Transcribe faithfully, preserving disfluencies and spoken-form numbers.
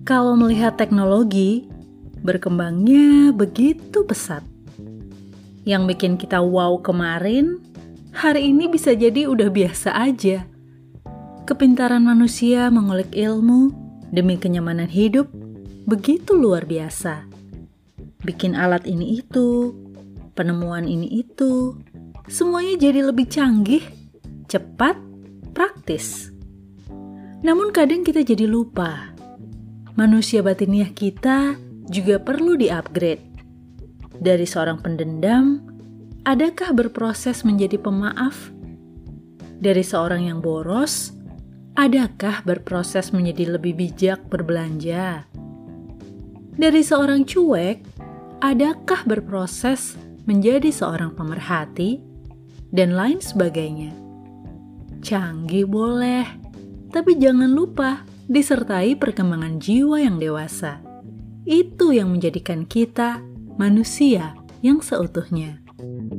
Kalau melihat teknologi, berkembangnya begitu pesat. Yang bikin kita wow kemarin, hari ini bisa jadi udah biasa aja. Kepintaran manusia mengulik ilmu demi kenyamanan hidup begitu luar biasa. Bikin alat ini itu, penemuan ini itu, semuanya jadi lebih canggih, cepat, praktis. Namun kadang kita jadi lupa, manusia batiniah kita juga perlu di-upgrade. Dari seorang pendendam, adakah berproses menjadi pemaaf? Dari seorang yang boros, adakah berproses menjadi lebih bijak berbelanja? Dari seorang cuek, adakah berproses menjadi seorang pemerhati? Dan lain sebagainya. Canggih boleh, tapi jangan lupa disertai perkembangan jiwa yang dewasa. Itu yang menjadikan kita manusia yang seutuhnya.